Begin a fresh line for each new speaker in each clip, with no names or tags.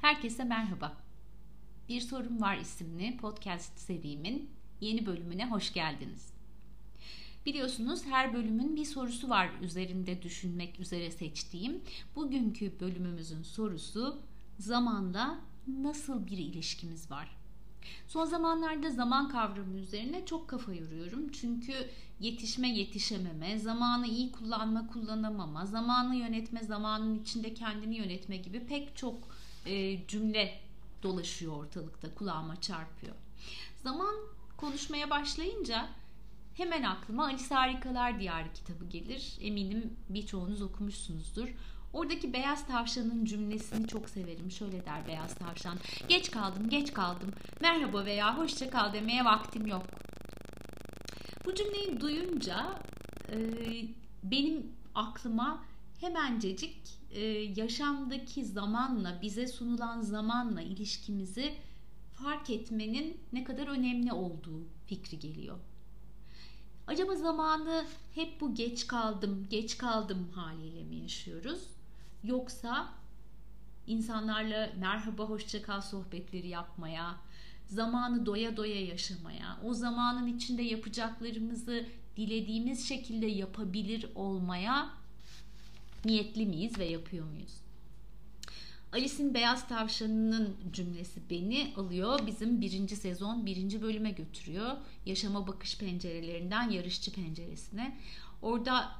Herkese merhaba. Bir Sorum Var isimli podcast serimin yeni bölümüne hoş geldiniz. Biliyorsunuz her bölümün bir sorusu var üzerinde düşünmek üzere seçtiğim. Bugünkü bölümümüzün sorusu zamanla nasıl bir ilişkimiz var? Son zamanlarda zaman kavramı üzerine çok kafa yoruyorum. Çünkü yetişme, yetişememe, zamanı iyi kullanma, kullanamama, zamanı yönetme, zamanın içinde kendini yönetme gibi pek çok cümle dolaşıyor ortalıkta, kulağıma çarpıyor. Zaman konuşmaya başlayınca hemen aklıma Alice Harikalar Diyarı kitabı gelir. Eminim birçoğunuz okumuşsunuzdur. Oradaki beyaz tavşanın cümlesini çok severim. Şöyle der beyaz tavşan: geç kaldım, geç kaldım. Merhaba veya hoşça kal demeye vaktim yok. Bu cümleyi duyunca benim aklıma hemencecik yaşamdaki zamanla, bize sunulan zamanla ilişkimizi fark etmenin ne kadar önemli olduğu fikri geliyor. Acaba zamanı hep bu geç kaldım, geç kaldım haliyle mi yaşıyoruz? Yoksa insanlarla merhaba, hoşça kal sohbetleri yapmaya, zamanı doya doya yaşamaya, o zamanın içinde yapacaklarımızı dilediğimiz şekilde yapabilir olmaya niyetli miyiz ve yapıyor muyuz? Alice'in Beyaz Tavşanı'nın cümlesi beni alıyor, bizim 1. sezon 1. bölüme götürüyor. Yaşama bakış pencerelerinden yarışçı penceresine. Orada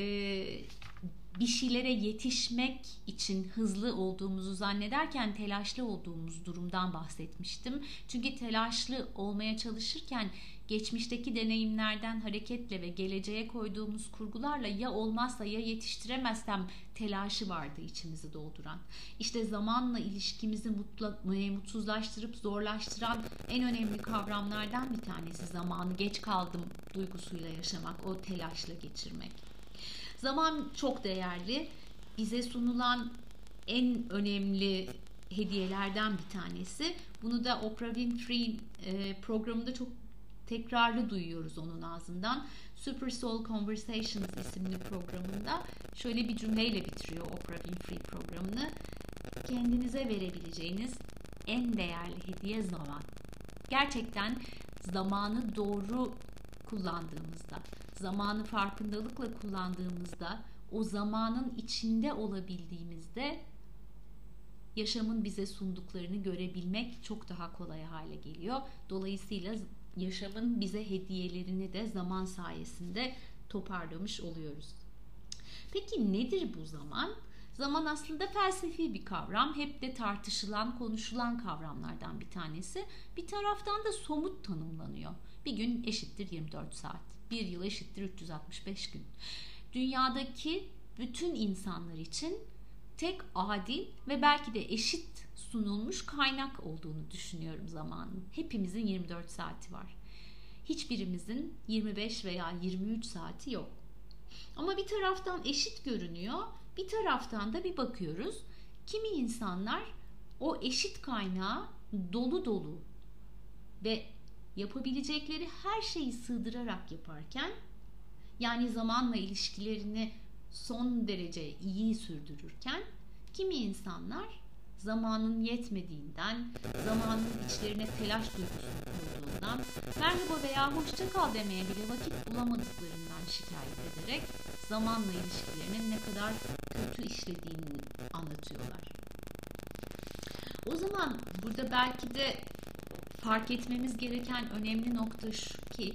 bir şeylere yetişmek için hızlı olduğumuzu zannederken telaşlı olduğumuz durumdan bahsetmiştim. Çünkü telaşlı olmaya çalışırken geçmişteki deneyimlerden hareketle ve geleceğe koyduğumuz kurgularla ya olmazsa ya yetiştiremezsem telaşı vardı içimizi dolduran. İşte zamanla ilişkimizi mutsuzlaştırıp zorlaştıran en önemli kavramlardan bir tanesi zamanı geç kaldım duygusuyla yaşamak, o telaşla geçirmek. Zaman çok değerli. Bize sunulan en önemli hediyelerden bir tanesi. Bunu da Oprah Winfrey programında çok tekrarlı duyuyoruz onun ağzından. Super Soul Conversations isimli programında şöyle bir cümleyle bitiriyor Oprah Winfrey programını: kendinize verebileceğiniz en değerli hediye zaman. Gerçekten zamanı doğru kullandığımızda, zamanı farkındalıkla kullandığımızda, o zamanın içinde olabildiğimizde yaşamın bize sunduklarını görebilmek çok daha kolay hale geliyor. Dolayısıyla yaşamın bize hediyelerini de zaman sayesinde toparlamış oluyoruz. Peki nedir bu zaman? Zaman aslında felsefi bir kavram. Hep de tartışılan, konuşulan kavramlardan bir tanesi. Bir taraftan da somut tanımlanıyor. Bir gün eşittir 24 saat. Bir yıl eşittir 365 gün. Dünyadaki bütün insanlar için tek adil ve belki de eşit sunulmuş kaynak olduğunu düşünüyorum zamanın. Hepimizin 24 saati var. Hiçbirimizin 25 veya 23 saati yok. Ama bir taraftan eşit görünüyor, bir taraftan da bir bakıyoruz. Kimi insanlar o eşit kaynağı dolu dolu ve yapabilecekleri her şeyi sığdırarak yaparken, yani zamanla ilişkilerini son derece iyi sürdürürken, kimi insanlar zamanın yetmediğinden, zamanın içlerine telaş duygusu koyduğundan, merhaba veya hoşça kal demeye bile vakit bulamadıklarından şikayet ederek zamanla ilişkilerinin ne kadar kötü işlediğini anlatıyorlar. O zaman burada belki de fark etmemiz gereken önemli nokta şu ki,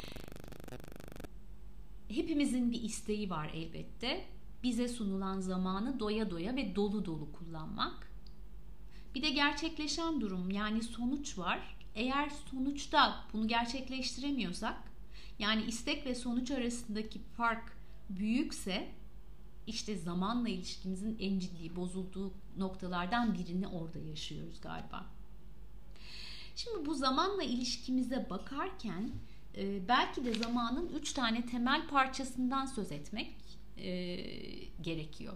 hepimizin bir isteği var elbette. Bize sunulan zamanı doya doya ve dolu dolu kullanmak. Bir de gerçekleşen durum, yani sonuç var. Eğer sonuçta bunu gerçekleştiremiyorsak, yani istek ve sonuç arasındaki fark büyükse, işte zamanla ilişkimizin en ciddi bozulduğu noktalardan birini orada yaşıyoruz galiba. Şimdi bu zamanla ilişkimize bakarken belki de zamanın 3 tane temel parçasından söz etmek gerekiyor.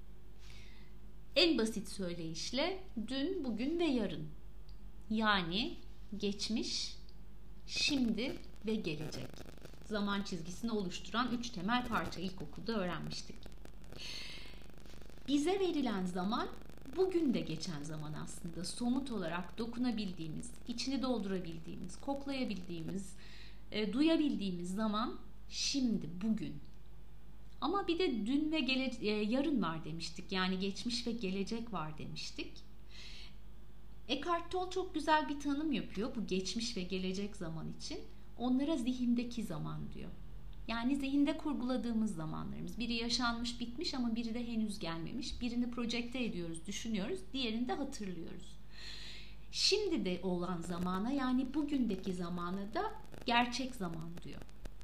En basit söyleyişle dün, bugün ve yarın. Yani geçmiş, şimdi ve gelecek. Zaman çizgisini oluşturan 3 temel parça ilkokulda öğrenmiştik. Bize verilen zaman bugün de geçen zaman aslında somut olarak dokunabildiğimiz, içini doldurabildiğimiz, koklayabildiğimiz, duyabildiğimiz zaman şimdi, bugün. Ama bir de dün ve yarın var demiştik. Yani geçmiş ve gelecek var demiştik. Eckhart Tolle çok güzel bir tanım yapıyor bu geçmiş ve gelecek zaman için. Onlara zihindeki zaman diyor. Yani zihinde kurguladığımız zamanlarımız. Biri yaşanmış, bitmiş ama biri de henüz gelmemiş. Birini projekte ediyoruz, düşünüyoruz. Diğerini de hatırlıyoruz. Şimdi de olan zamana, yani bugündeki zamana da gerçek zaman diyor.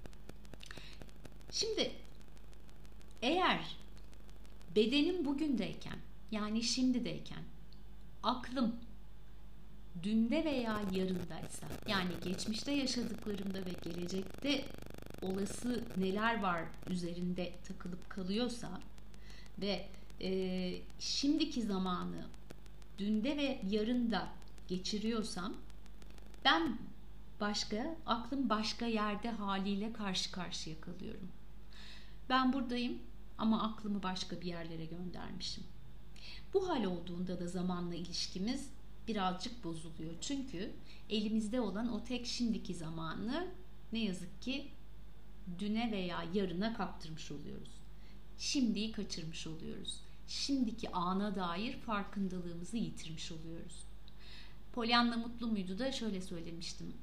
Şimdi eğer bedenim bugündeyken, yani şimdideyken, aklım dünde veya yarındaysa, yani geçmişte yaşadıklarımda ve gelecekte olası neler var üzerinde takılıp kalıyorsa ve şimdiki zamanı dünde ve yarında geçiriyorsam, ben aklım başka yerde haliyle karşı karşıya kalıyorum. Ben buradayım ama aklımı başka bir yerlere göndermişim. Bu hal olduğunda da zamanla ilişkimiz birazcık bozuluyor. Çünkü elimizde olan o tek şimdiki zamanı ne yazık ki düne veya yarına kaptırmış oluyoruz. Şimdiyi kaçırmış oluyoruz. Şimdiki ana dair farkındalığımızı yitirmiş oluyoruz. Pollyanna Mutlu Muydu da şöyle söylemiştim.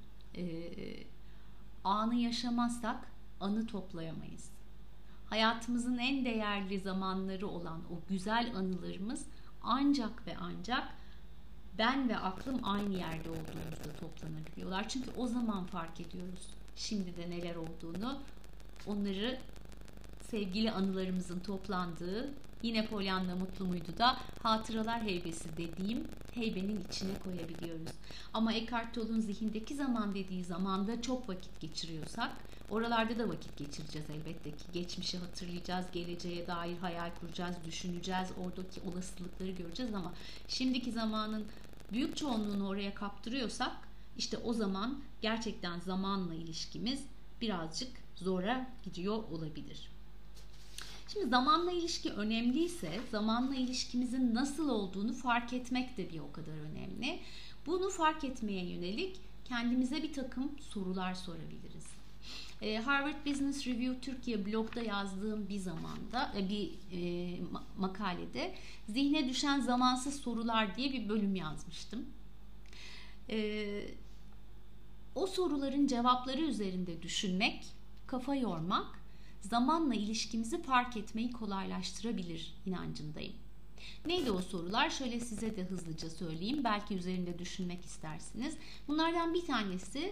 Anı yaşamazsak anı toplayamayız. Hayatımızın en değerli zamanları olan o güzel anılarımız ancak ve ancak ben ve aklım aynı yerde olduğumuzda toplanabiliyorlar. Çünkü o zaman fark ediyoruz şimdi de neler olduğunu. Onları sevgili anılarımızın toplandığı, yine Pollyanna Mutlu Muydu da hatıralar heybesi dediğim heybenin içine koyabiliyoruz. Ama Eckhart Tolle'un zihindeki zaman dediği zamanda çok vakit geçiriyorsak, oralarda da vakit geçireceğiz elbette ki. Geçmişi hatırlayacağız, geleceğe dair hayal kuracağız, düşüneceğiz, oradaki olasılıkları göreceğiz ama şimdiki zamanın büyük çoğunluğunu oraya kaptırıyorsak, işte o zaman gerçekten zamanla ilişkimiz birazcık zora gidiyor olabilir. Şimdi zamanla ilişki önemliyse, zamanla ilişkimizin nasıl olduğunu fark etmek de bir o kadar önemli. Bunu fark etmeye yönelik kendimize bir takım sorular sorabiliriz. Harvard Business Review Türkiye blogda yazdığım bir zamanda makalede zihne düşen zamansız sorular diye bir bölüm yazmıştım. O soruların cevapları üzerinde düşünmek, kafa yormak, zamanla ilişkimizi fark etmeyi kolaylaştırabilir inancındayım. Neydi o sorular? Şöyle size de hızlıca söyleyeyim. Belki üzerinde düşünmek istersiniz. Bunlardan bir tanesi,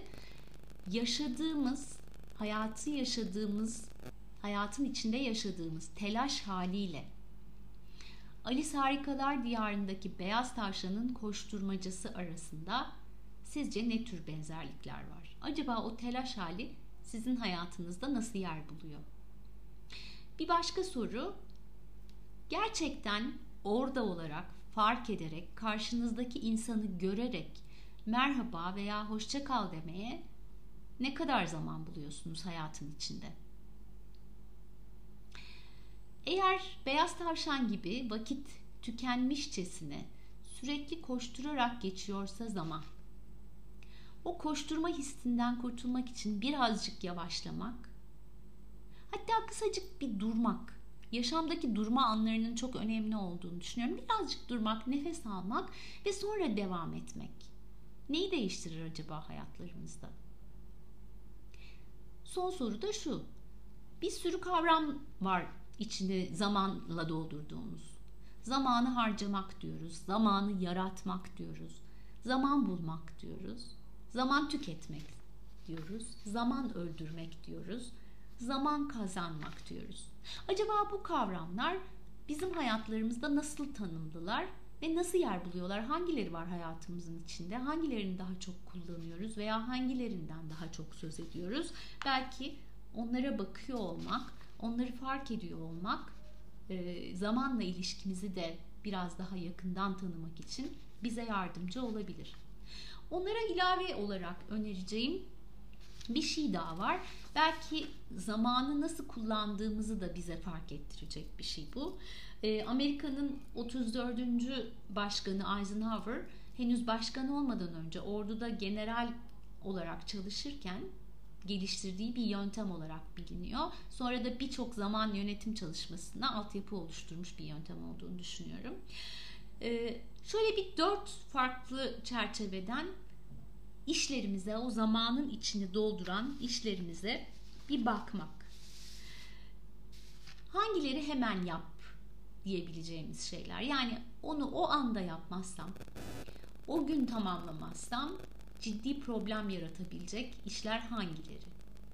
hayatın içinde yaşadığımız telaş haliyle Alice Harikalar Diyarı'ndaki beyaz tavşanın koşturmacası arasında sizce ne tür benzerlikler var? Acaba o telaş hali sizin hayatınızda nasıl yer buluyor? Bir başka soru, gerçekten orada olarak, fark ederek, karşınızdaki insanı görerek merhaba veya hoşça kal demeye ne kadar zaman buluyorsunuz hayatın içinde? Eğer beyaz tavşan gibi vakit tükenmişçesine sürekli koşturarak geçiyorsa zaman, o koşturma hissinden kurtulmak için birazcık yavaşlamak, hatta kısacık bir durmak, yaşamdaki durma anlarının çok önemli olduğunu düşünüyorum. Birazcık durmak, nefes almak ve sonra devam etmek. Neyi değiştirir acaba hayatlarımızda? Son soru da şu. Bir sürü kavram var içinde zamanla doldurduğumuz. Zamanı harcamak diyoruz, zamanı yaratmak diyoruz, zaman bulmak diyoruz, zaman tüketmek diyoruz, zaman öldürmek diyoruz, zaman kazanmak diyoruz. Acaba bu kavramlar bizim hayatlarımızda nasıl tanımlılar ve nasıl yer buluyorlar? Hangileri var hayatımızın içinde? Hangilerini daha çok kullanıyoruz veya hangilerinden daha çok söz ediyoruz? Belki onlara bakıyor olmak, onları fark ediyor olmak, zamanla ilişkimizi de biraz daha yakından tanımak için bize yardımcı olabilir. Onlara ilave olarak önereceğim Bir şey daha var. Belki zamanı nasıl kullandığımızı da bize fark ettirecek bir şey bu. Amerika'nın 34. Başkanı Eisenhower henüz başkan olmadan önce orduda general olarak çalışırken geliştirdiği bir yöntem olarak biliniyor. Sonra da birçok zaman yönetim çalışmasına altyapı oluşturmuş bir yöntem olduğunu düşünüyorum. Şöyle bir 4 farklı çerçeveden işlerimize, o zamanın içini dolduran işlerimize bir bakmak. Hangileri hemen yap diyebileceğimiz şeyler. Yani onu o anda yapmazsam, o gün tamamlamazsam ciddi problem yaratabilecek işler hangileri?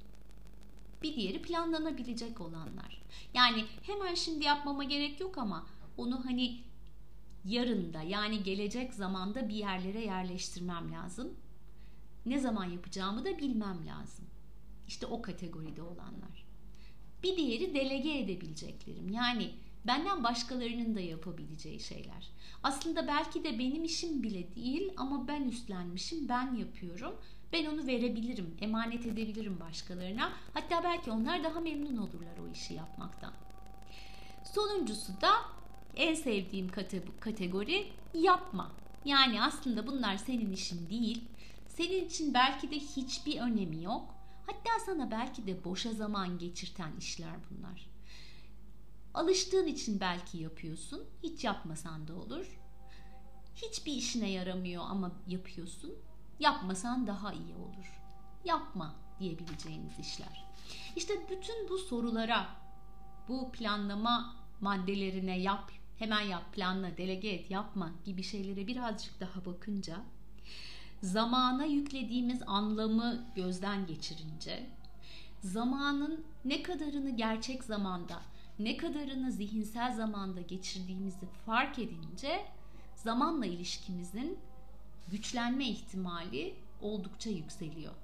Bir diğeri planlanabilecek olanlar. Yani hemen şimdi yapmama gerek yok ama onu hani yarın da, yani gelecek zamanda bir yerlere yerleştirmem lazım. Ne zaman yapacağımı da bilmem lazım. İşte o kategoride olanlar. Bir diğeri delege edebileceklerim. Yani benden başkalarının da yapabileceği şeyler. Aslında belki de benim işim bile değil ama ben üstlenmişim, ben yapıyorum. Ben onu verebilirim, emanet edebilirim başkalarına. Hatta belki onlar daha memnun olurlar o işi yapmaktan. Sonuncusu da en sevdiğim kategori yapma. Yani aslında bunlar senin işin değil. Senin için belki de hiçbir önemi yok. Hatta sana belki de boşa zaman geçirten işler bunlar. Alıştığın için belki yapıyorsun. Hiç yapmasan da olur. Hiçbir işine yaramıyor ama yapıyorsun. Yapmasan daha iyi olur. Yapma diyebileceğiniz işler. İşte bütün bu sorulara, bu planlama maddelerine yap, hemen yap, planla, delege et, yapma gibi şeylere birazcık daha bakınca, zamana yüklediğimiz anlamı gözden geçirince, zamanın ne kadarını gerçek zamanda, ne kadarını zihinsel zamanda geçirdiğimizi fark edince zamanla ilişkimizin güçlenme ihtimali oldukça yükseliyor.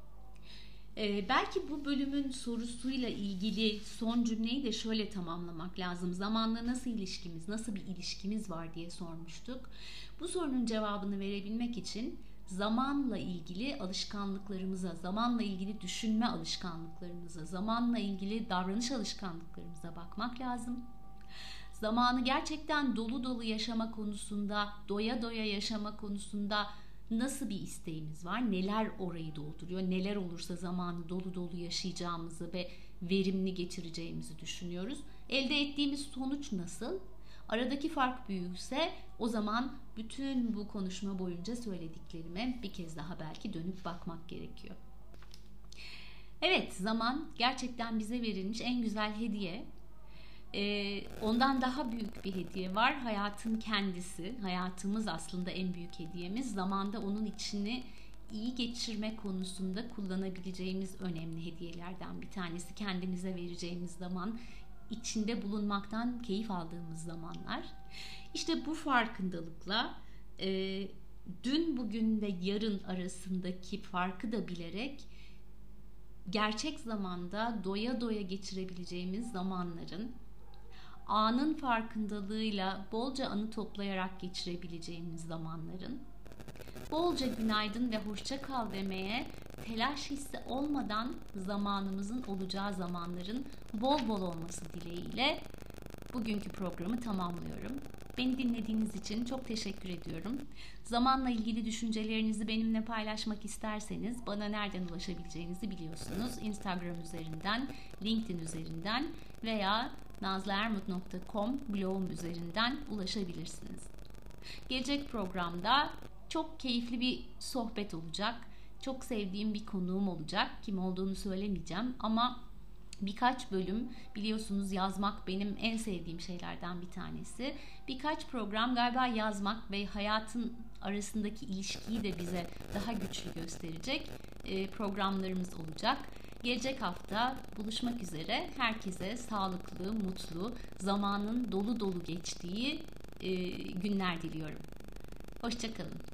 Belki bu bölümün sorusuyla ilgili son cümleyi de şöyle tamamlamak lazım. Zamanla nasıl ilişkimiz, nasıl bir ilişkimiz var diye sormuştuk. Bu sorunun cevabını verebilmek için zamanla ilgili alışkanlıklarımıza, zamanla ilgili düşünme alışkanlıklarımıza, zamanla ilgili davranış alışkanlıklarımıza bakmak lazım. Zamanı gerçekten dolu dolu yaşama konusunda, doya doya yaşama konusunda nasıl bir isteğimiz var? Neler orayı dolduruyor? Neler olursa zamanı dolu dolu yaşayacağımızı ve verimli geçireceğimizi düşünüyoruz. Elde ettiğimiz sonuç nasıl? Aradaki fark büyükse o zaman bütün bu konuşma boyunca söylediklerime bir kez daha belki dönüp bakmak gerekiyor. Evet, zaman gerçekten bize verilmiş en güzel hediye. Ondan daha büyük bir hediye var. Hayatın kendisi. Hayatımız aslında en büyük hediyemiz. Zamanda onun içini iyi geçirme konusunda kullanabileceğimiz önemli hediyelerden bir tanesi. Kendimize vereceğimiz zaman, içinde bulunmaktan keyif aldığımız zamanlar. İşte bu farkındalıkla dün, bugün ve yarın arasındaki farkı da bilerek gerçek zamanda doya doya geçirebileceğimiz zamanların, anın farkındalığıyla bolca anı toplayarak geçirebileceğimiz zamanların, bolca günaydın ve hoşça kal demeye telaş hissi olmadan zamanımızın olacağı zamanların bol bol olması dileğiyle bugünkü programı tamamlıyorum. Beni dinlediğiniz için çok teşekkür ediyorum. Zamanla ilgili düşüncelerinizi benimle paylaşmak isterseniz bana nereden ulaşabileceğinizi biliyorsunuz. Instagram üzerinden, LinkedIn üzerinden veya nazlıermut.com blogum üzerinden ulaşabilirsiniz. Gelecek programda çok keyifli bir sohbet olacak. Çok sevdiğim bir konuğum olacak. Kim olduğunu söylemeyeceğim ama birkaç bölüm, biliyorsunuz yazmak benim en sevdiğim şeylerden bir tanesi. Birkaç program galiba yazmak ve hayatın arasındaki ilişkiyi de bize daha güçlü gösterecek programlarımız olacak. Gelecek hafta buluşmak üzere. Herkese sağlıklı, mutlu, zamanın dolu dolu geçtiği günler diliyorum. Hoşça kalın.